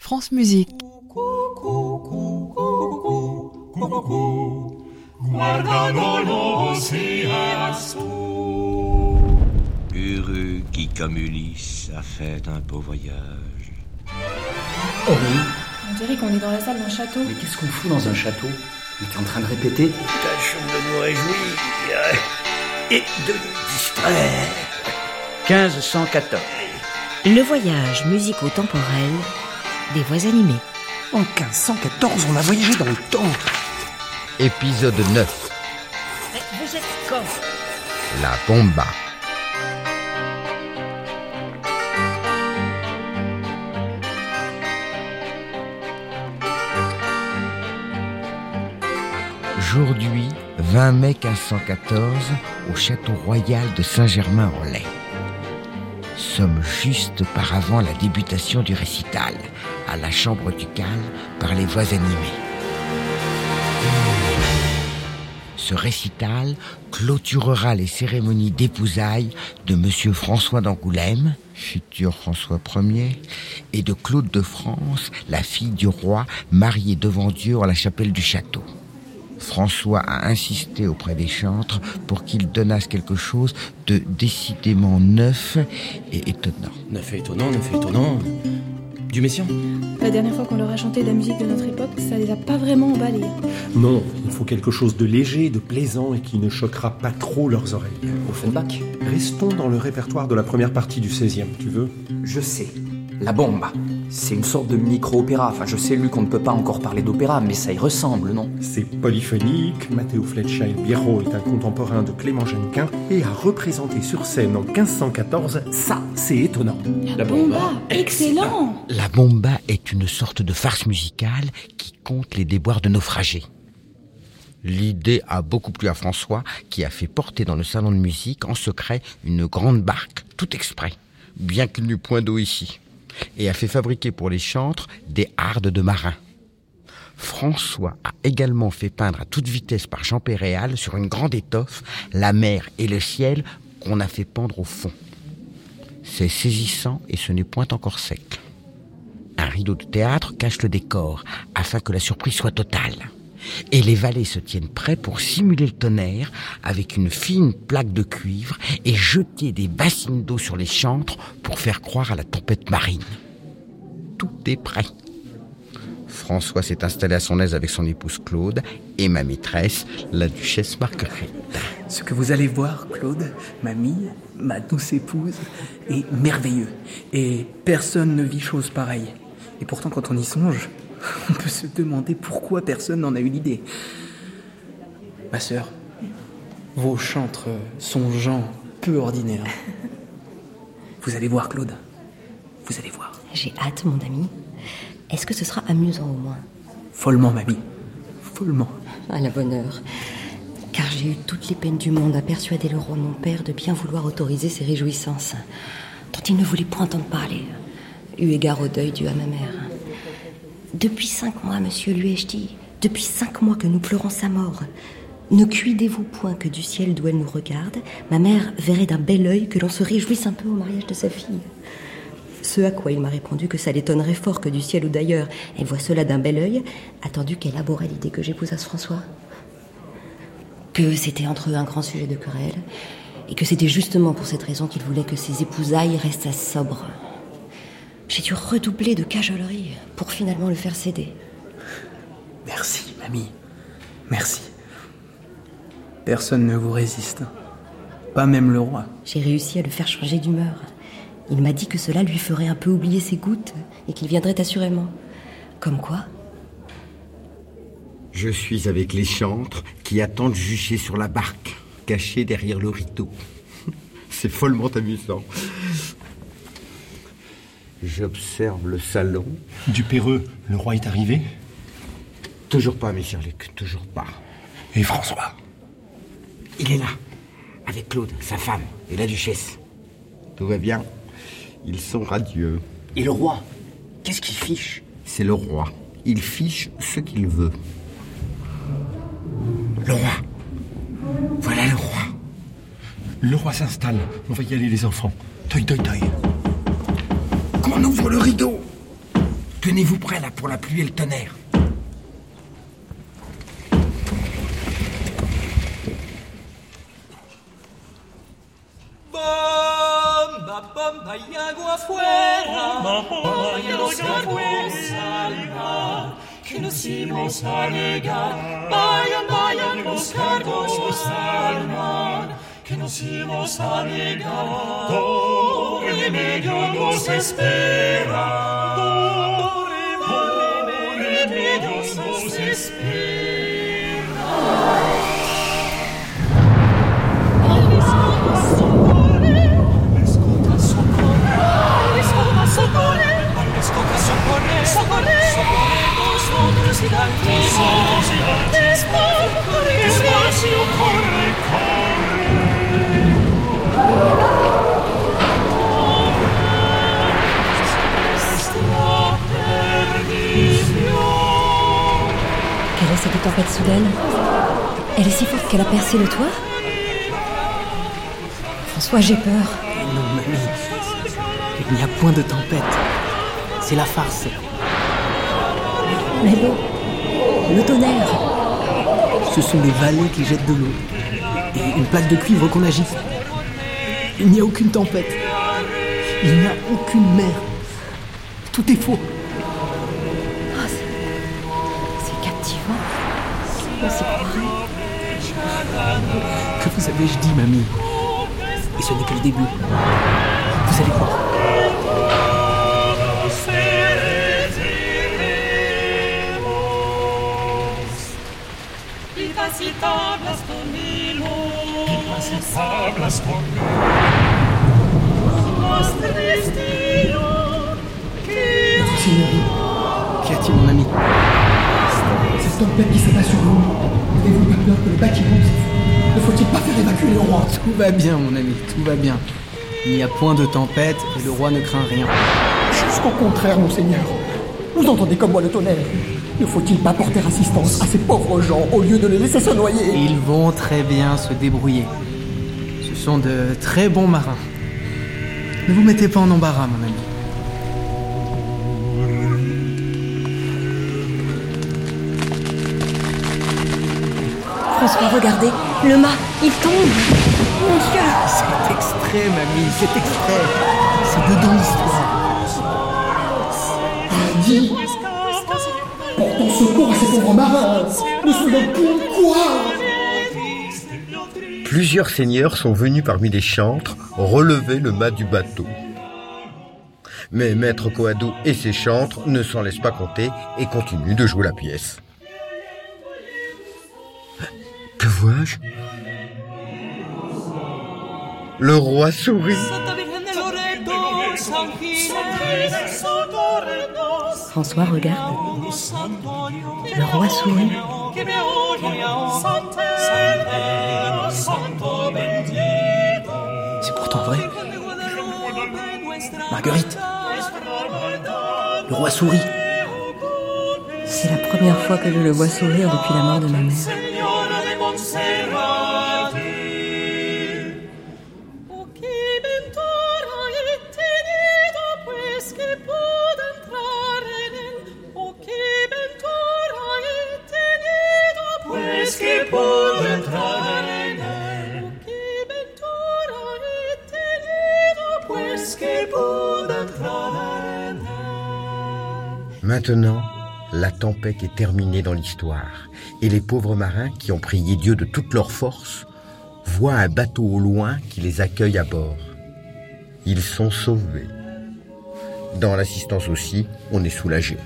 France Musique. Heureux qui, comme Ulysse, a fait un beau voyage. Oh oui. On dirait qu'on est dans la salle d'un château. Mais qu'est-ce qu'on fout dans un château? Mais t'es en train de répéter? Tâchons de nous réjouir et de nous distraire. 1514. Le voyage musico-temporel des voix animées. En 1514, on a voyagé dans le temps. Épisode 9. Mais vous êtes quand? La bomba. Aujourd'hui, 20 mai 1514, au château royal de Saint-Germain-en-Laye. Sommes juste par avant la débutation du récital, à la chambre ducale, par les voix animées. Ce récital clôturera les cérémonies d'épousailles de Monsieur François d'Angoulême, futur François Ier, et de Claude de France, la fille du roi, mariée devant Dieu en la chapelle du château. François a insisté auprès des chantres pour qu'ils donnassent quelque chose de décidément neuf et étonnant. Neuf et étonnant. Du Messiaen. La dernière fois qu'on leur a chanté de la musique de notre époque, ça les a pas vraiment emballés. Non, il faut quelque chose de léger, de plaisant et qui ne choquera pas trop leurs oreilles. Offenbach. Restons dans le répertoire de la première partie du 16e, tu veux? Je sais. La bomba. C'est une sorte de micro-opéra. Enfin, je sais, Luc, on ne peut pas encore parler d'opéra, mais ça y ressemble, non? C'est polyphonique. Matteo Fleccia il Biero est un contemporain de Clément Jeannequin et a représenté sur scène en 1514. Ça, c'est étonnant. La bomba, excellent. La bomba est une sorte de farce musicale qui compte les déboires de naufragés. L'idée a beaucoup plu à François, qui a fait porter dans le salon de musique en secret une grande barque, tout exprès, bien qu'il n'eût point d'eau ici, et a fait fabriquer pour les chantres des hardes de marins. François a également fait peindre à toute vitesse par Jean Péréal sur une grande étoffe la mer et le ciel qu'on a fait pendre au fond. C'est saisissant et ce n'est point encore sec. Un rideau de théâtre cache le décor afin que la surprise soit totale. Et les valets se tiennent prêts pour simuler le tonnerre avec une fine plaque de cuivre et jeter des bassines d'eau sur les chantres pour faire croire à la tempête marine. Tout est prêt. François s'est installé à son aise avec son épouse Claude et ma maîtresse, la duchesse Marguerite. Ce que vous allez voir, Claude, mamie, ma douce épouse, est merveilleux. Et personne ne vit chose pareille. Et pourtant, quand on y songe, on peut se demander pourquoi personne n'en a eu l'idée. Ma sœur, vos chantres sont gens peu ordinaires. Vous allez voir, Claude. Vous allez voir. J'ai hâte, mon ami. Est-ce que ce sera amusant au moins? Follement, mamie. Follement. À la bonne heure. Car j'ai eu toutes les peines du monde à persuader le roi mon père de bien vouloir autoriser ces réjouissances, dont il ne voulait point entendre parler, eu égard au deuil dû à ma mère. Depuis 5 mois, monsieur, lui ai-je dit, depuis 5 mois que nous pleurons sa mort. Ne cuidez-vous point que du ciel d'où elle nous regarde, ma mère verrait d'un bel œil que l'on se réjouisse un peu au mariage de sa fille. Ce à quoi il m'a répondu que ça l'étonnerait fort que du ciel ou d'ailleurs elle voit cela d'un bel œil, attendu qu'elle abhorrait l'idée que j'épousasse François. Que c'était entre eux un grand sujet de querelle, et que c'était justement pour cette raison qu'il voulait que ses épousailles restent sobres. J'ai dû redoubler de cajolerie pour finalement le faire céder. Merci, mamie. Merci. Personne ne vous résiste. Pas même le roi. J'ai réussi à le faire changer d'humeur. Il m'a dit que cela lui ferait un peu oublier ses gouttes et qu'il viendrait assurément. Comme quoi? Je suis avec les chantres qui attendent juger sur la barque, cachée derrière le rideau. C'est follement amusant. J'observe le salon. Dupéreux, le roi est arrivé? Toujours pas, mes chers Luc, toujours pas. Et François? Il est là, avec Claude, sa femme, et la duchesse. Tout va bien. Ils sont radieux. Et le roi? Qu'est-ce qu'il fiche? C'est le roi. Il fiche ce qu'il veut. Le roi. Voilà le roi. Le roi s'installe. On va y aller, les enfants. Toy. Qu'on ouvre le rideau. Tenez-vous prêts là pour la pluie et le tonnerre. Bomba y agua afuera, vaya los cargos al mar, que nos íbamos a negar. Vayan los cargos al mar, que nos íbamos a negar. Todo remedio nos espera, todo remedio nos espera. Nosotros gigantes, despacio, corre, Quelle est cette tempête soudaine? Elle est si forte qu'elle a percé le toit? François, j'ai peur. Non, mamie. Il n'y a point de tempête. C'est la farce. Mais l'eau, le tonnerre. Ce sont des vallées qui jettent de l'eau. Et une plaque de cuivre qu'on agite. Il n'y a aucune tempête. Il n'y a aucune mer. Tout est faux. Oh, c'est captivant. On s'y croirait. Que vous avais-je dit, mamie? Et ce n'est que le début. Vous allez voir. Seigneur, Qu'y a-t-il, mon ami? cette tempête qui s'abat sur nous. N'avez-vous pas peur que le bâtiment s'effondre? Ne faut-il pas faire évacuer le roi? Tout va bien, mon ami, tout va bien. Il n'y a point de tempête et le roi ne craint rien. Jusqu'au contraire, monseigneur. Vous entendez comme moi le tonnerre. Ne faut-il pas porter assistance à ces pauvres gens au lieu de les laisser se noyer? Ils vont très bien se débrouiller. Ce sont de très bons marins. Ne vous mettez pas en embarras, mon ami. François, regardez, le mât, il tombe. Mon Dieu! C'est extrait, mamie, c'est extrait. C'est dedans l'histoire. Dis, portons secours à ces pauvres marins. Nous sommes quoi? Plusieurs seigneurs sont venus parmi les chantres relever le mât du bateau. Mais Maître Coadou et ses chantres ne s'en laissent pas compter et continuent de jouer la pièce. Que vois-je? Le roi sourit. François, regarde. Le roi sourit. C'est pourtant vrai. Marguerite, le roi sourit. C'est la première fois que je le vois sourire depuis la mort de ma mère. Maintenant, la tempête est terminée dans l'histoire et les pauvres marins qui ont prié Dieu de toute leur force voient un bateau au loin qui les accueille à bord. Ils sont sauvés. Dans l'assistance aussi, on est soulagé.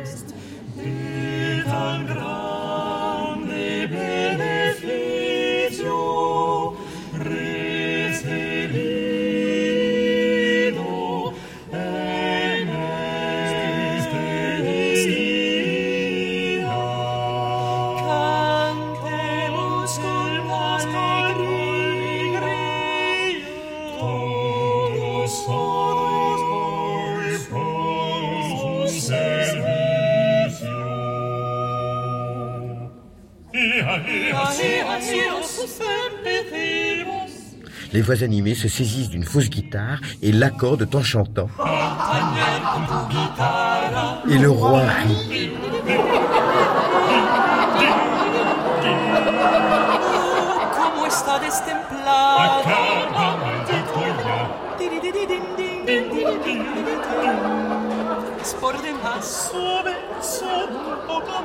Les voix animées se saisissent d'une fausse guitare et l'accordent en chantant. Et le roi Como está destemplada. Es por demás. Sube un poco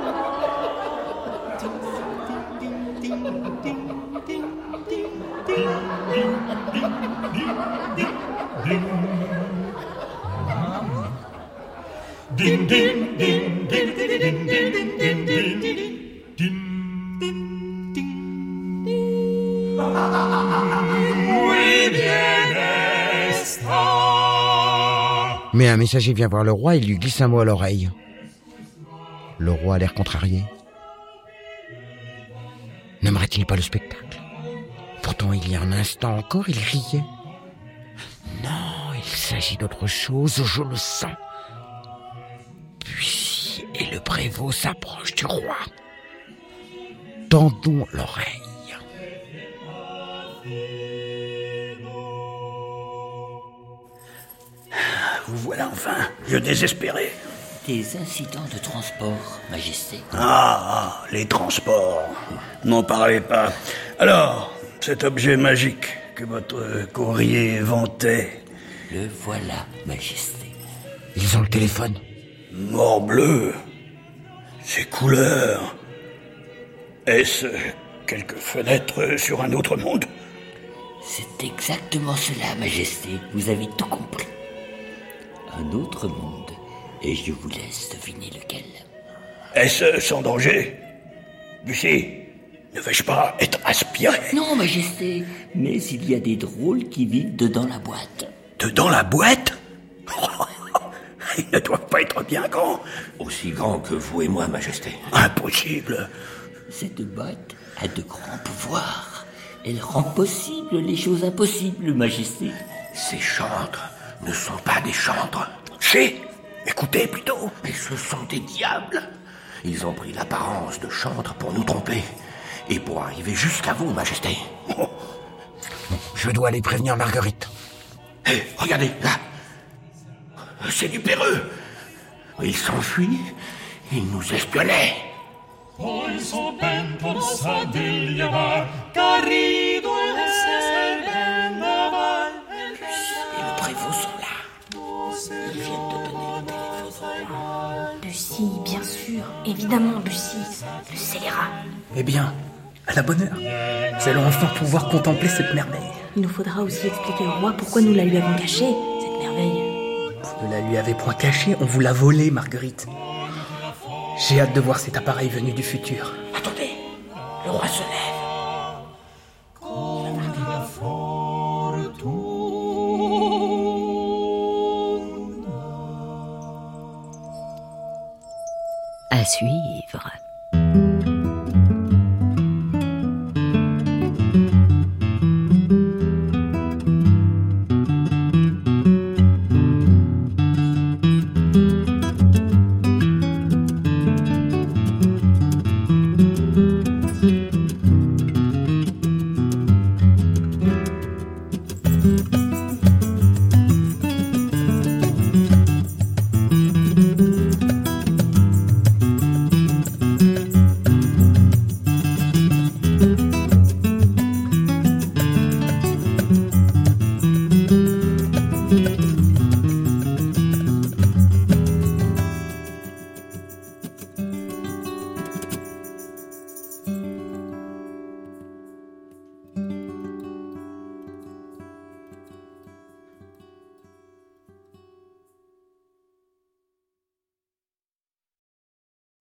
Mais un messager vient voir le roi et lui glisse un mot à l'oreille. Le roi a l'air contrarié. N'aimerait-il pas le spectacle? Pourtant, il y a un instant encore, il riait. Non, il s'agit d'autre chose, je le sens. Bussy et le prévôt s'approchent du roi. Tendons l'oreille. Vous voilà enfin, vieux désespéré. Des incidents de transport, Majesté. Ah, les transports. N'en parlez pas. Alors, cet objet magique que votre courrier vantait. Le voilà, Majesté. Ils ont le téléphone. Morbleu. Ces couleurs. Est-ce quelques fenêtres sur un autre monde? C'est exactement cela, Majesté. Vous avez tout compris. Un autre monde. Et je vous laisse deviner lequel. Est-ce sans danger? Bussy, ne vais-je pas être aspiré? Non, Majesté, mais il y a des drôles qui vivent dedans la boîte. Dedans la boîte? Ils ne doivent pas être bien grands. Aussi grand que vous et moi, Majesté. Impossible. Cette boîte a de grands pouvoirs. Elle rend possible les choses impossibles, Majesté. Ces chantres ne sont pas des chantres. Chut! Écoutez plutôt. Mais ce sont des diables. Ils ont pris l'apparence de chantres pour nous tromper. Et pour arriver jusqu'à vous, Majesté. Oh. Je dois aller prévenir Marguerite. Hé, regardez, là. C'est du Péreux. Ils s'enfuient. Ils nous espionnaient. Poi sovente sa digliava, carido e vendaval. Et le prévôt sont là. Ils viennent de donner le téléphone au roi. Bussy, bien sûr. Évidemment, Bussy. Le scélérat. Eh bien, à la bonne heure. Nous allons enfin pouvoir contempler cette merveille. Il nous faudra aussi expliquer au roi pourquoi nous la lui avons cachée, cette merveille. Vous ne la lui avez point cachée, on vous l'a volée, Marguerite. J'ai hâte de voir cet appareil venu du futur. Attendez, le roi se lève. À suivre.